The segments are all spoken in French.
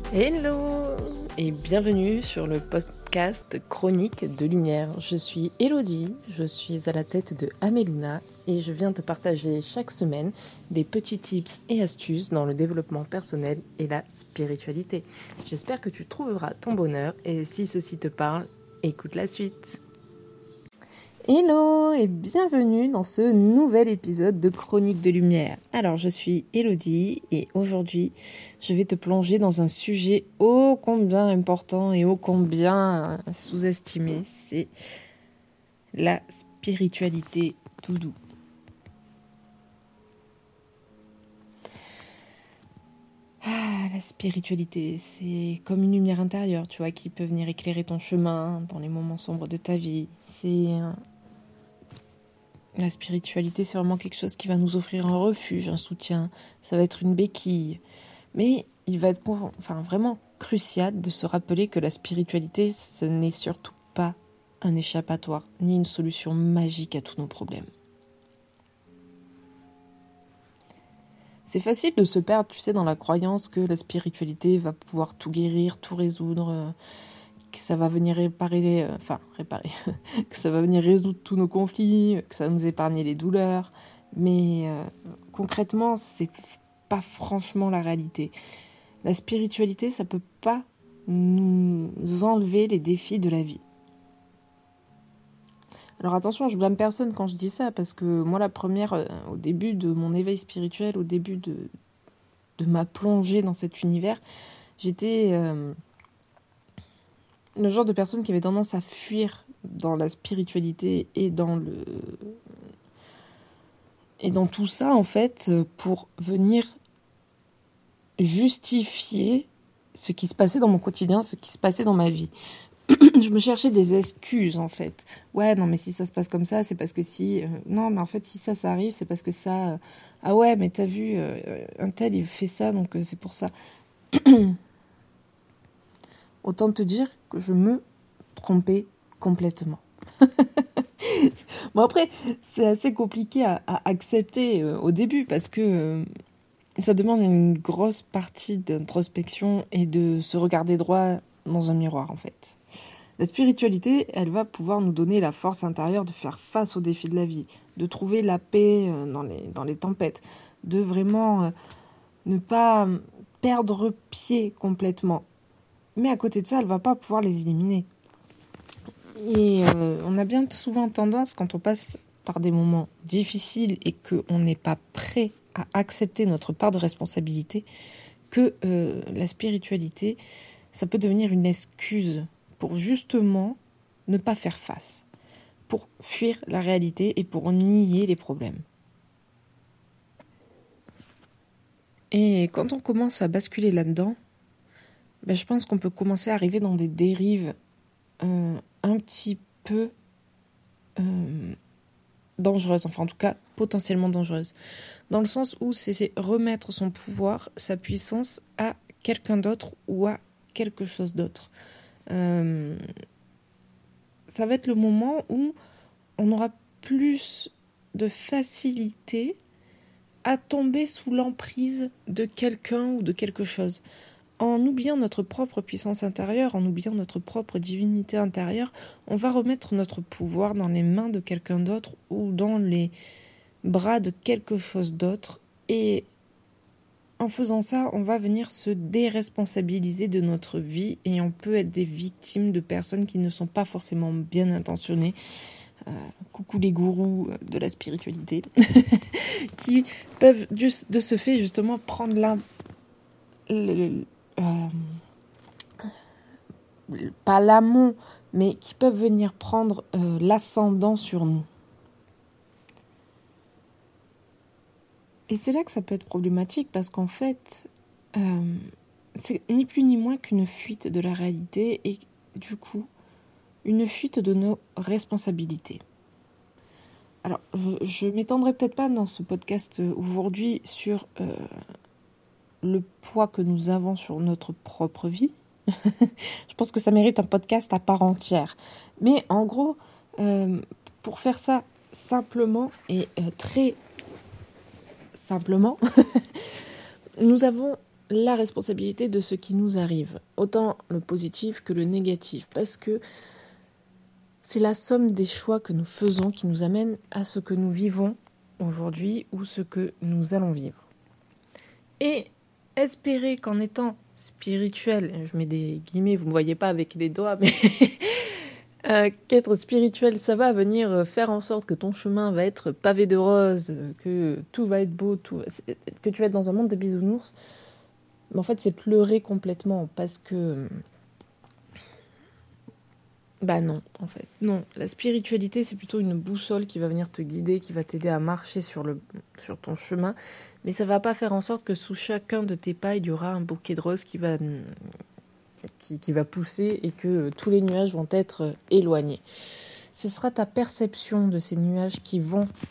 Hello et bienvenue sur le podcast Chronique de Lumière. Je suis Elodie, je suis à la tête de Ameluna et je viens te partager chaque semaine des petits tips et astuces dans le développement personnel et la spiritualité. J'espère que tu trouveras ton bonheur et si ceci te parle, écoute la suite. Hello et bienvenue dans ce nouvel épisode de Chronique de Lumière. Alors je suis Elodie et aujourd'hui je vais te plonger dans un sujet ô combien important et ô combien sous-estimé, c'est la spiritualité doudou. La spiritualité, c'est comme une lumière intérieure, tu vois, qui peut venir éclairer ton chemin dans les moments sombres de ta vie. La spiritualité, c'est vraiment quelque chose qui va nous offrir un refuge, un soutien. Ça va être une béquille. Mais il va être vraiment crucial de se rappeler que la spiritualité, ce n'est surtout pas un échappatoire, ni une solution magique à tous nos problèmes. C'est facile de se perdre, tu sais, dans la croyance que la spiritualité va pouvoir tout guérir, tout résoudre, que ça va venir réparer, que ça va venir résoudre tous nos conflits, que ça va nous épargner les douleurs. Mais concrètement, c'est pas franchement la réalité. La spiritualité, ça peut pas nous enlever les défis de la vie. Alors attention, je blâme personne quand je dis ça, parce que moi, la première, au début de mon éveil spirituel, au début de ma plongée dans cet univers, j'étais le genre de personne qui avait tendance à fuir dans la spiritualité et dans tout ça, en fait, pour venir justifier ce qui se passait dans mon quotidien, ce qui se passait dans ma vie. Je me cherchais des excuses, en fait. Ouais, non, mais si ça se passe comme ça, c'est parce que si... non, mais en fait, si ça arrive, c'est parce que ça... ah ouais, mais t'as vu, un tel, il fait ça, donc c'est pour ça. Autant te dire que je me trompais complètement. Bon, après, c'est assez compliqué à accepter au début, parce que ça demande une grosse partie d'introspection et de se regarder droit dans un miroir, en fait. La spiritualité, elle va pouvoir nous donner la force intérieure de faire face aux défis de la vie, de trouver la paix dans les tempêtes, de vraiment ne pas perdre pied complètement. Mais à côté de ça, elle va pas pouvoir les éliminer. Et on a bien souvent tendance, quand on passe par des moments difficiles et qu'on n'est pas prêt à accepter notre part de responsabilité, que la spiritualité, ça peut devenir une excuse pour justement ne pas faire face, pour fuir la réalité et pour nier les problèmes. Et quand on commence à basculer là-dedans, je pense qu'on peut commencer à arriver dans des dérives un petit peu dangereuses, enfin en tout cas potentiellement dangereuses, dans le sens où c'est remettre son pouvoir, sa puissance à quelqu'un d'autre ou à quelque chose d'autre. Ça va être le moment où on aura plus de facilité à tomber sous l'emprise de quelqu'un ou de quelque chose. En oubliant notre propre puissance intérieure, en oubliant notre propre divinité intérieure, on va remettre notre pouvoir dans les mains de quelqu'un d'autre ou dans les bras de quelque chose d'autre. Et en faisant ça, on va venir se déresponsabiliser de notre vie et on peut être des victimes de personnes qui ne sont pas forcément bien intentionnées. Coucou les gourous de la spiritualité qui peuvent de ce fait justement prendre pas l'amont, mais qui peuvent venir prendre l'ascendant sur nous. Et c'est là que ça peut être problématique parce qu'en fait, c'est ni plus ni moins qu'une fuite de la réalité et du coup, une fuite de nos responsabilités. Alors, je m'étendrai peut-être pas dans ce podcast aujourd'hui sur le poids que nous avons sur notre propre vie. Je pense que ça mérite un podcast à part entière. Mais en gros, pour faire ça simplement et très simplement, nous avons la responsabilité de ce qui nous arrive, autant le positif que le négatif, parce que c'est la somme des choix que nous faisons qui nous amène à ce que nous vivons aujourd'hui ou ce que nous allons vivre. Et espérer qu'en étant spirituel, je mets des guillemets, vous ne me voyez pas avec les doigts, mais qu'être spirituel, ça va venir faire en sorte que ton chemin va être pavé de roses, que tout va être beau, que tu vas être dans un monde de bisounours. Mais en fait, c'est pleurer complètement parce que... Bah non, en fait. Non, la spiritualité, c'est plutôt une boussole qui va venir te guider, qui va t'aider à marcher sur ton chemin. Mais ça va pas faire en sorte que sous chacun de tes pas, il y aura un bouquet de roses qui va pousser et que tous les nuages vont être éloignés. Ce sera ta perception de ces nuages qui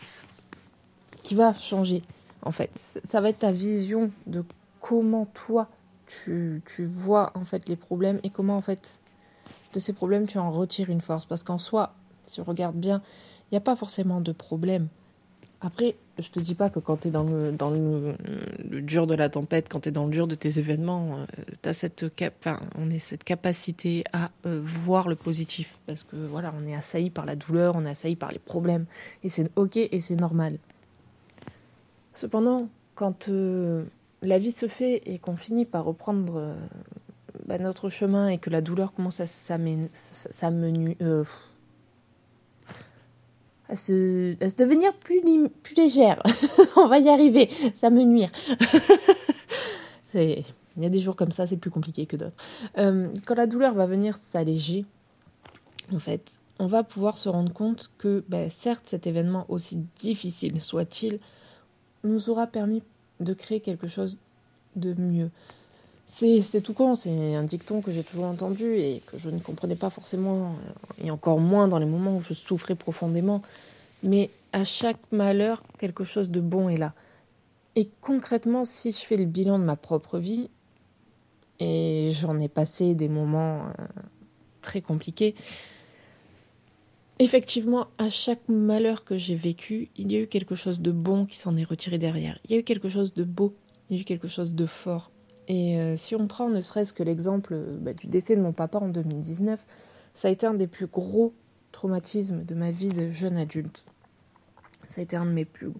va changer, en fait. Ça va être ta vision de comment toi, tu vois, en fait, les problèmes et comment, en fait, de ces problèmes, tu en retires une force. Parce qu'en soi, si on regarde bien, il n'y a pas forcément de problème. Après, je te dis pas que quand tu es dans le dur de la tempête, quand tu es dans le dur de tes événements, tu as cette capacité à voir le positif. Parce que voilà, on est assailli par la douleur, on est assailli par les problèmes. Et c'est ok et c'est normal. Cependant, quand la vie se fait et qu'on finit par reprendre notre chemin et que la douleur commence à se devenir plus légère. On va y arriver, ça me nuire. Il y a des jours comme ça, c'est plus compliqué que d'autres. Quand la douleur va venir s'alléger, en fait, on va pouvoir se rendre compte que, certes, cet événement, aussi difficile soit-il, nous aura permis de créer quelque chose de mieux. C'est tout con, c'est un dicton que j'ai toujours entendu et que je ne comprenais pas forcément, et encore moins dans les moments où je souffrais profondément. Mais à chaque malheur, quelque chose de bon est là. Et concrètement, si je fais le bilan de ma propre vie, et j'en ai passé des moments très compliqués, effectivement, à chaque malheur que j'ai vécu, il y a eu quelque chose de bon qui s'en est retiré derrière. Il y a eu quelque chose de beau, il y a eu quelque chose de fort. Et si on prend ne serait-ce que l'exemple du décès de mon papa en 2019, ça a été un des plus gros traumatismes de ma vie de jeune adulte. Ça a été un de mes plus...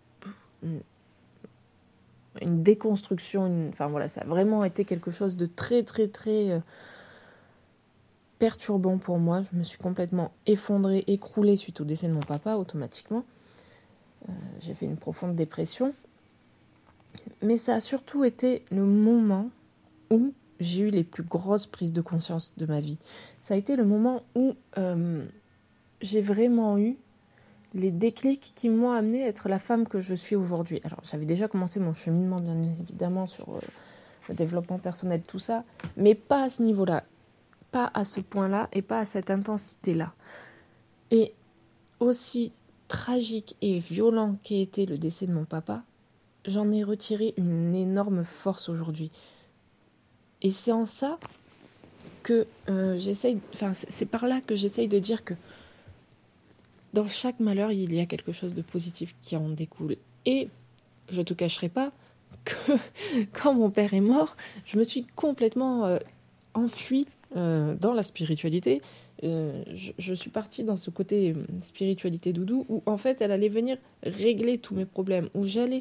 Une déconstruction, ça a vraiment été quelque chose de très, très, très perturbant pour moi. Je me suis complètement effondrée, écroulée suite au décès de mon papa, automatiquement. J'ai fait une profonde dépression. Mais ça a surtout été le moment où j'ai eu les plus grosses prises de conscience de ma vie. Ça a été le moment où j'ai vraiment eu les déclics qui m'ont amené à être la femme que je suis aujourd'hui. Alors, j'avais déjà commencé mon cheminement, bien évidemment, sur le développement personnel, tout ça, mais pas à ce niveau-là, pas à ce point-là et pas à cette intensité-là. Et aussi tragique et violent qu'ait été le décès de mon papa, j'en ai retiré une énorme force aujourd'hui. Et c'est en ça que c'est par là que j'essaye de dire que dans chaque malheur, il y a quelque chose de positif qui en découle. Et je ne te cacherai pas que quand mon père est mort, je me suis complètement enfuie dans la spiritualité. Je suis partie dans ce côté spiritualité doudou où en fait elle allait venir régler tous mes problèmes, où j'allais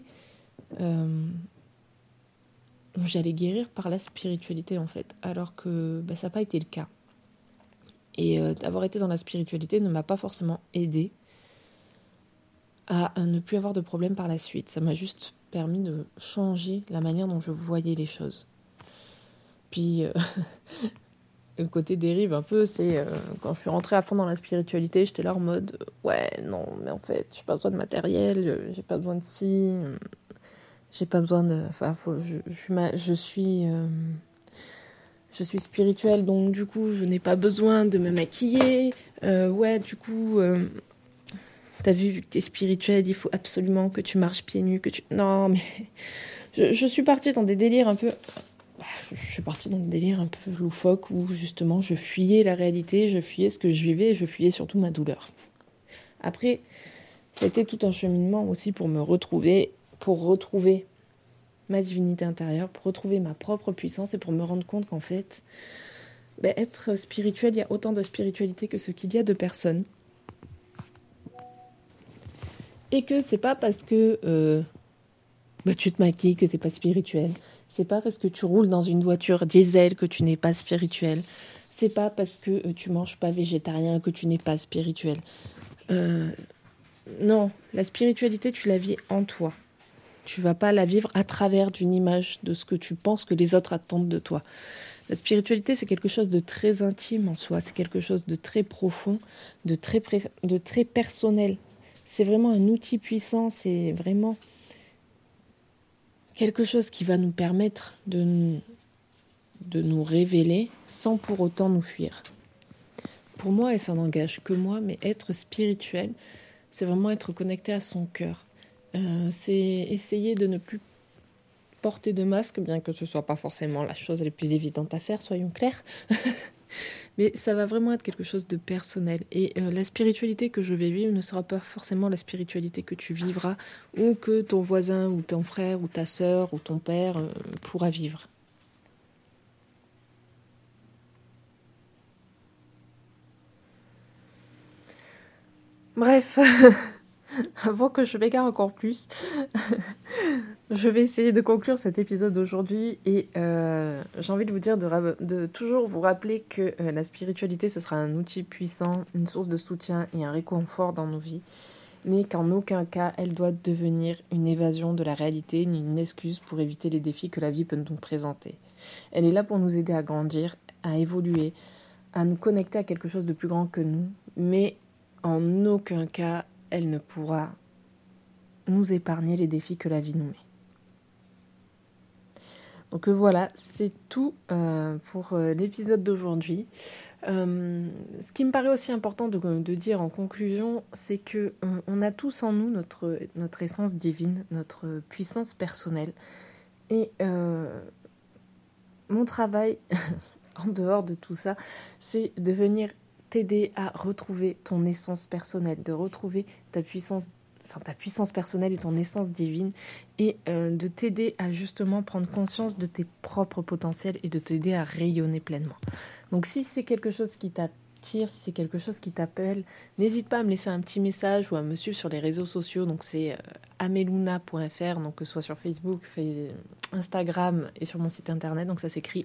guérir par la spiritualité en fait, alors que ça n'a pas été le cas. Et d'avoir été dans la spiritualité ne m'a pas forcément aidée à ne plus avoir de problème par la suite. Ça m'a juste permis de changer la manière dont je voyais les choses. Puis, le côté dérive un peu, c'est quand je suis rentrée à fond dans la spiritualité, j'étais là en mode ouais, non, mais en fait, j'ai pas besoin de matériel, j'ai pas besoin de ci, j'ai pas besoin de... Enfin, je suis spirituelle, donc du coup, je n'ai pas besoin de me maquiller. Du coup, t'as vu que t'es spirituelle, il faut absolument que tu marches pieds nus, Non, mais... Je suis partie dans des délires un peu... Je suis partie dans des délires un peu loufoques où, justement, je fuyais la réalité, je fuyais ce que je vivais, et je fuyais surtout ma douleur. Après, c'était tout un cheminement aussi pour me retrouver, pour retrouver ma divinité intérieure, pour retrouver ma propre puissance et pour me rendre compte qu'en fait, être spirituel, il y a autant de spiritualité que ce qu'il y a de personnes. Et que c'est pas parce que tu te maquilles que t'es pas spirituel. C'est pas parce que tu roules dans une voiture diesel que tu n'es pas spirituel. C'est pas parce que tu manges pas végétarien que tu n'es pas spirituel. Non, la spiritualité, tu la vis en toi. Tu vas pas la vivre à travers d'une image de ce que tu penses que les autres attendent de toi. La spiritualité, c'est quelque chose de très intime en soi. C'est quelque chose de très profond, de très personnel. C'est vraiment un outil puissant. C'est vraiment quelque chose qui va nous permettre de nous révéler sans pour autant nous fuir. Pour moi, et ça n'engage que moi, mais être spirituel, c'est vraiment être connecté à son cœur. C'est essayer de ne plus porter de masque, bien que ce soit pas forcément la chose la plus évidente à faire, soyons clairs. Mais ça va vraiment être quelque chose de personnel. Et la spiritualité que je vais vivre ne sera pas forcément la spiritualité que tu vivras ou que ton voisin ou ton frère ou ta sœur ou ton père pourra vivre. Bref, avant que je m'égare encore plus, je vais essayer de conclure cet épisode d'aujourd'hui et j'ai envie de vous dire de toujours vous rappeler que la spiritualité, ce sera un outil puissant, une source de soutien et un réconfort dans nos vies, mais qu'en aucun cas, elle doit devenir une évasion de la réalité ni une excuse pour éviter les défis que la vie peut nous présenter. Elle est là pour nous aider à grandir, à évoluer, à nous connecter à quelque chose de plus grand que nous, mais en aucun cas, elle ne pourra nous épargner les défis que la vie nous met. Donc voilà, c'est tout pour l'épisode d'aujourd'hui. Ce qui me paraît aussi important de dire en conclusion, c'est que on a tous en nous notre essence divine, notre puissance personnelle. Et mon travail, en dehors de tout ça, c'est de venir t'aider à retrouver ton essence personnelle, de retrouver ta puissance personnelle et ton essence divine, et de t'aider à justement prendre conscience de tes propres potentiels et de t'aider à rayonner pleinement. Donc si c'est quelque chose qui t'attire, si c'est quelque chose qui t'appelle, n'hésite pas à me laisser un petit message ou à me suivre sur les réseaux sociaux. Donc c'est ameluna.fr, donc que ce soit sur Facebook, Instagram et sur mon site internet. Donc ça s'écrit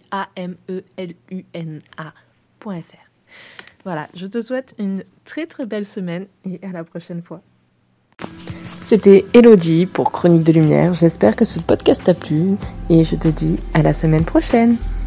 ameluna.fr. Voilà, je te souhaite une très très belle semaine et à la prochaine fois. C'était Elodie pour Chronique de Lumière. J'espère que ce podcast t'a plu et je te dis à la semaine prochaine.